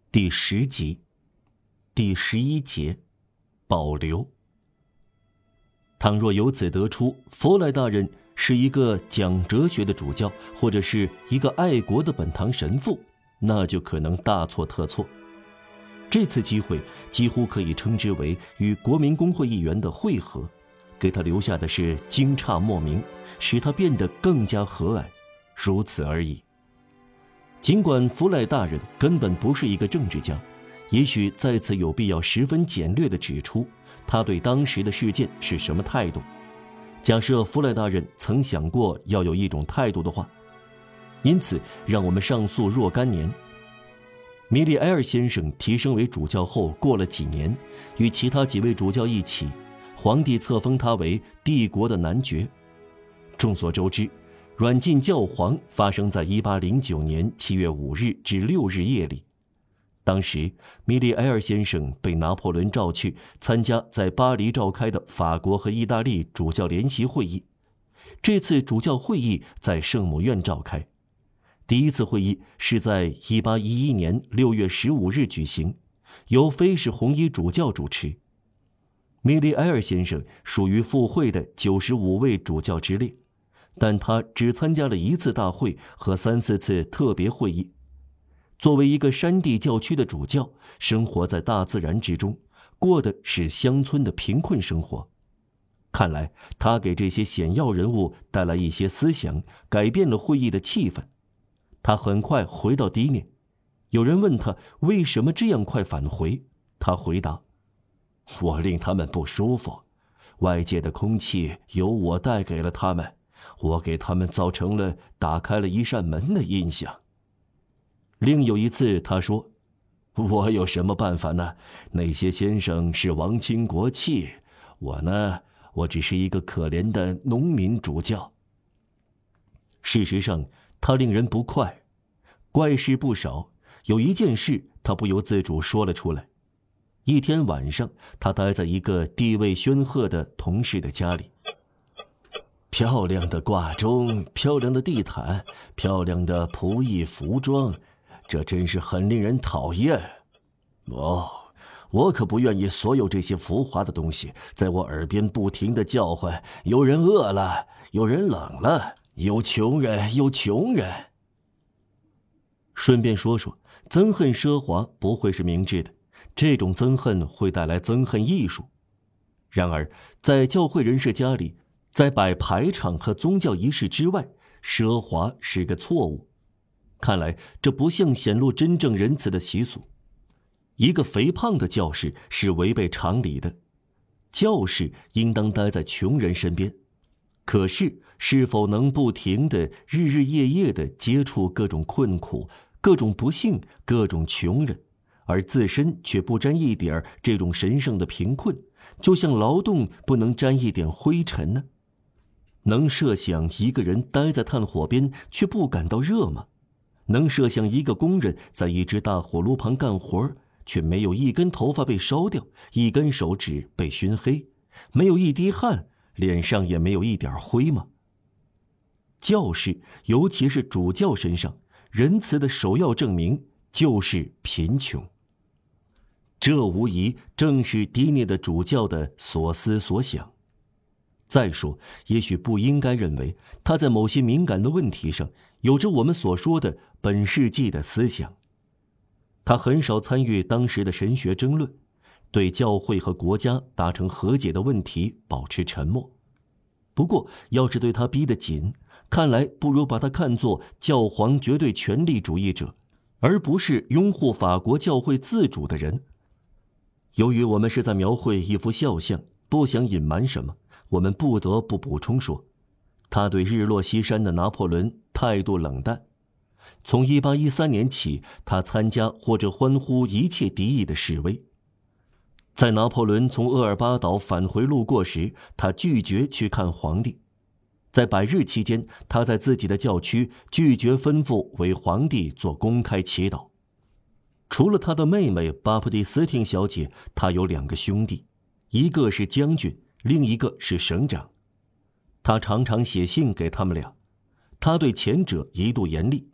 第10集，第11节，保留。倘若由此得出佛莱大人是一个讲哲学的主教，或者是一个爱国的本堂神父，那就可能大错特错。这次机会几乎可以称之为与国民公会议员的会合，给他留下的是惊诧莫名，使他变得更加和蔼，如此而已。尽管弗莱大人根本不是一个政治家，也许在此有必要十分简略地指出他对当时的事件是什么态度。假设弗莱大人曾想过要有一种态度的话，因此让我们上溯若干年。米利埃尔先生提升为主教后，过了几年，与其他几位主教一起，皇帝册封他为帝国的男爵。众所周知，软禁教皇发生在1809年7月5日至6日夜里。当时，米利埃尔先生被拿破仑召去参加在巴黎召开的法国和意大利主教联席会议。这次主教会议在圣母院召开。第一次会议是在1811年6月15日举行，由菲氏红衣主教主持。米利埃尔先生属于赴会的95位主教之列，但他只参加了1次大会和3、4次特别会议。作为一个山地教区的主教，生活在大自然之中，过的是乡村的贫困生活。看来他给这些显要人物带来一些思想，改变了会议的气氛。他很快回到迪涅。有人问他为什么这样快返回，他回答：我令他们不舒服，外界的空气由我带给了他们，我给他们造成了打开了一扇门的印象。另有一次他说：我有什么办法呢？那些先生是王亲国戚，我呢，我只是一个可怜的农民主教。事实上他令人不快，怪事不少。有一件事他不由自主说了出来。一天晚上，他待在一个地位煊赫的同事的家里。漂亮的挂钟，漂亮的地毯，漂亮的仆役服装，这真是很令人讨厌。我可不愿意所有这些浮华的东西在我耳边不停地叫唤，有人饿了，有人冷了，有穷人，有穷人。顺便说说，憎恨奢华不会是明智的，这种憎恨会带来憎恨艺术。然而，在教会人士家里，在摆排场和宗教仪式之外，奢华是个错误。看来这不像显露真正仁慈的习俗。一个肥胖的教士是违背常理的，教士应当待在穷人身边。可是，是否能不停地日日夜夜地接触各种困苦、各种不幸、各种穷人，而自身却不沾一点这种神圣的贫困，就像劳动不能沾一点灰尘呢？能设想一个人待在炭火边却不感到热吗？能设想一个工人在一只大火炉旁干活，却没有一根头发被烧掉，一根手指被熏黑，没有一滴汗，脸上也没有一点灰吗？教士，尤其是主教身上，仁慈的首要证明就是贫穷。这无疑正是迪涅的主教的所思所想。再说，也许不应该认为他在某些敏感的问题上有着我们所说的本世纪的思想。他很少参与当时的神学争论，对教会和国家达成和解的问题保持沉默。不过，要是对他逼得紧，看来不如把他看作教皇绝对权力主义者，而不是拥护法国教会自主的人。由于我们是在描绘一幅肖像，不想隐瞒什么，我们不得不补充说，他对日落西山的拿破仑态度冷淡。从1813年起，他参加或者欢呼一切敌意的示威。在拿破仑从厄尔巴岛返回路过时，他拒绝去看皇帝。在百日期间，他在自己的教区拒绝吩咐为皇帝做公开祈祷。除了他的妹妹巴普蒂斯汀小姐，他有2个兄弟，一个是将军，另一个是省长。他常常写信给他们俩。他对前者一度严厉，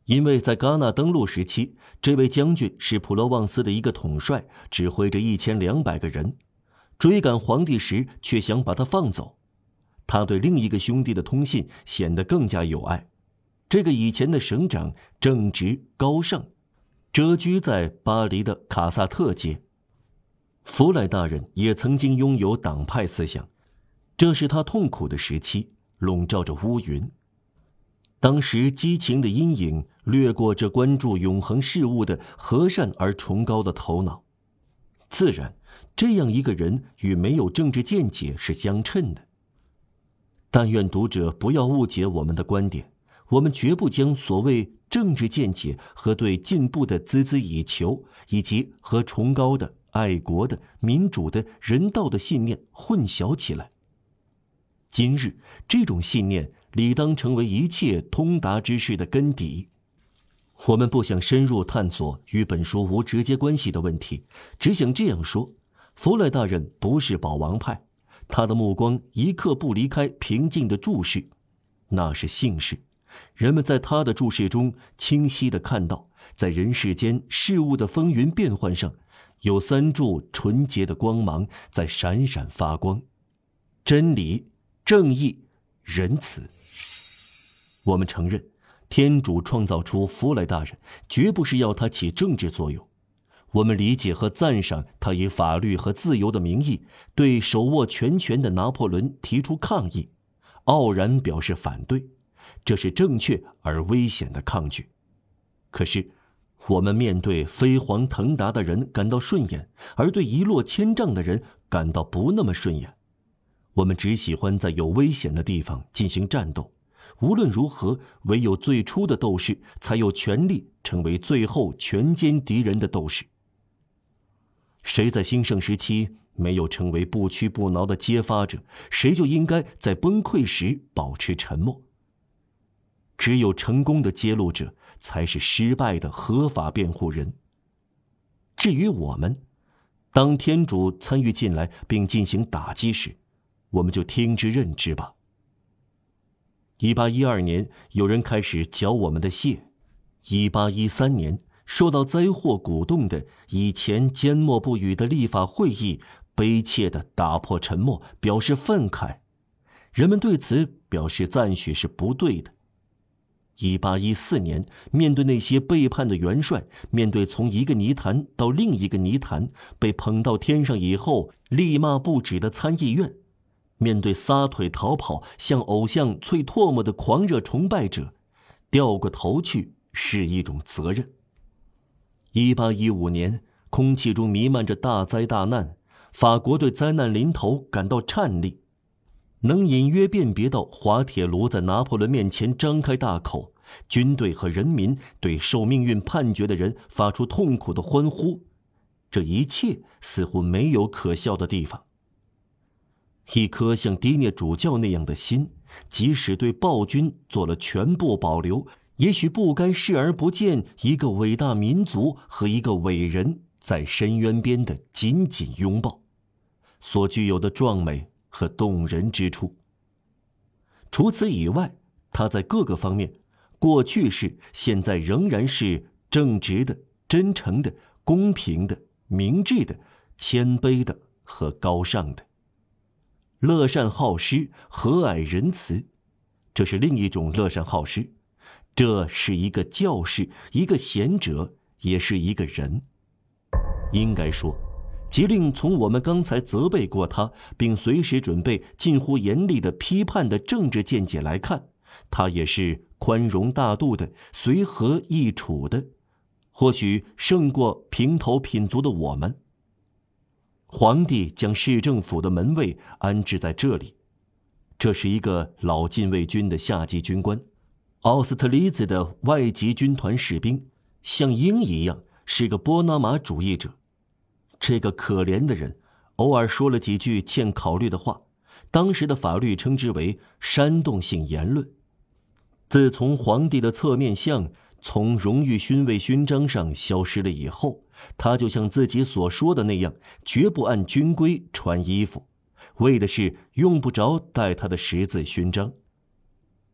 因为在戛纳登陆时期，这位将军是普罗旺斯的一个统帅，指挥着1200个人，追赶皇帝时却想把他放走。他对另一个兄弟的通信显得更加有爱。这个以前的省长正直高尚，谪居在巴黎的卡萨特街。弗莱大人也曾经拥有党派思想，这是他痛苦的时期，笼罩着乌云。当时激情的阴影掠过这关注永恒事物的和善而崇高的头脑。自然，这样一个人与没有政治见解是相称的。但愿读者不要误解我们的观点，我们绝不将所谓政治见解和对进步的孜孜以求，以及和崇高的、爱国的、民主的、人道的信念混淆起来。今日，这种信念理当成为一切通达之事的根底。我们不想深入探索与本书无直接关系的问题，只想这样说：弗莱大人不是保王派，他的目光一刻不离开平静的注视，那是幸事。人们在他的注视中清晰地看到，在人世间事物的风云变幻上，有3柱纯洁的光芒在闪闪发光：真理、正义、仁慈。我们承认，天主创造出弗莱大人，绝不是要他起政治作用。我们理解和赞赏他以法律和自由的名义对手握全权的拿破仑提出抗议，傲然表示反对，这是正确而危险的抗拒。可是，我们面对飞黄腾达的人感到顺眼，而对一落千丈的人感到不那么顺眼。我们只喜欢在有危险的地方进行战斗。无论如何，唯有最初的斗士才有权利成为最后全歼敌人的斗士。谁在兴盛时期没有成为不屈不挠的揭发者，谁就应该在崩溃时保持沉默。只有成功的揭露者才是失败的合法辩护人。至于我们，当天主参与进来并进行打击时，我们就听之任之吧。1812年，有人开始缴我们的械。1813年，受到灾祸鼓动的以前缄默不语的立法会议悲切地打破沉默，表示愤慨。人们对此表示赞许是不对的。1814年，面对那些背叛的元帅，面对从一个泥潭到另一个泥潭被捧到天上以后力骂不止的参议院，面对撒腿逃跑向偶像啐唾沫的狂热崇拜者，掉过头去是一种责任。1815年，空气中弥漫着大灾大难，法国对灾难临头感到颤栗，能隐约辨别到滑铁卢在拿破仑面前张开大口，军队和人民对受命运判决的人发出痛苦的欢呼。这一切似乎没有可笑的地方。一颗像迪涅主教那样的心，即使对暴君做了全部保留，也许不该视而不见一个伟大民族和一个伟人在深渊边的紧紧拥抱，所具有的壮美和动人之处。除此以外，他在各个方面，过去是，现在仍然是正直的、真诚的、公平的、明智的、谦卑的和高尚的。乐善好施，和蔼仁慈，这是另一种乐善好施。这是一个教士，一个贤者，也是一个人。应该说，即令从我们刚才责备过他，并随时准备近乎严厉的批判的政治见解来看，他也是宽容大度的，随和易处的，或许胜过平头品足的我们。皇帝将市政府的门卫安置在这里，这是一个老禁卫军的下级军官，奥斯特利兹的外籍军团士兵，像鹰一样是个波拿马主义者。这个可怜的人偶尔说了几句欠考虑的话，当时的法律称之为煽动性言论。自从皇帝的侧面像从荣誉勋位勋章上消失了以后，他就像自己所说的那样，绝不按军规穿衣服，为的是用不着戴他的十字勋章。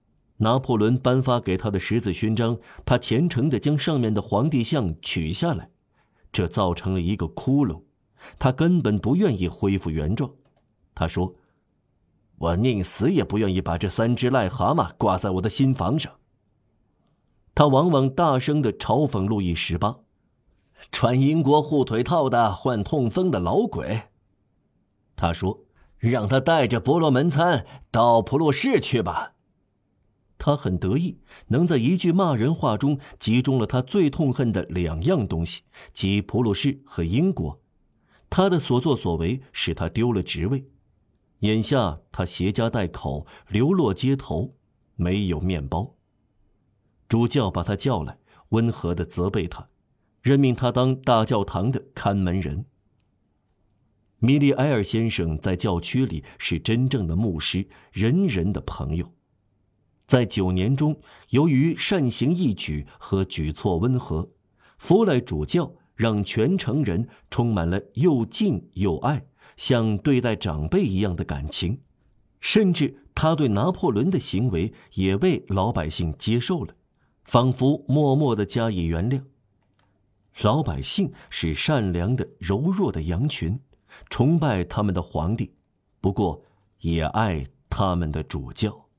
拿破仑颁发给他的十字勋章，他虔诚地将上面的皇帝像取下来，这造成了一个窟窿，他根本不愿意恢复原状。他说：“我宁死也不愿意把这3只癞蛤蟆挂在我的心房上。”他往往大声地嘲讽路易18，穿英国护腿套的患痛风的老鬼。他说：“让他带着伯罗门餐到普鲁士去吧。”他很得意，能在一句骂人话中集中了他最痛恨的2样东西，即普鲁士和英国。他的所作所为使他丢了职位。眼下他携家带口，流落街头，没有面包。主教把他叫来，温和地责备他，任命他当大教堂的看门人。米利埃尔先生在教区里是真正的牧师，人人的朋友。在9年中，由于善行义举和举措温和，弗莱主教让全城人充满了又敬又爱，像对待长辈一样的感情，甚至他对拿破仑的行为也被老百姓接受了，仿佛默默地加以原谅。老百姓是善良的柔弱的羊群，崇拜他们的皇帝，不过也爱他们的主教。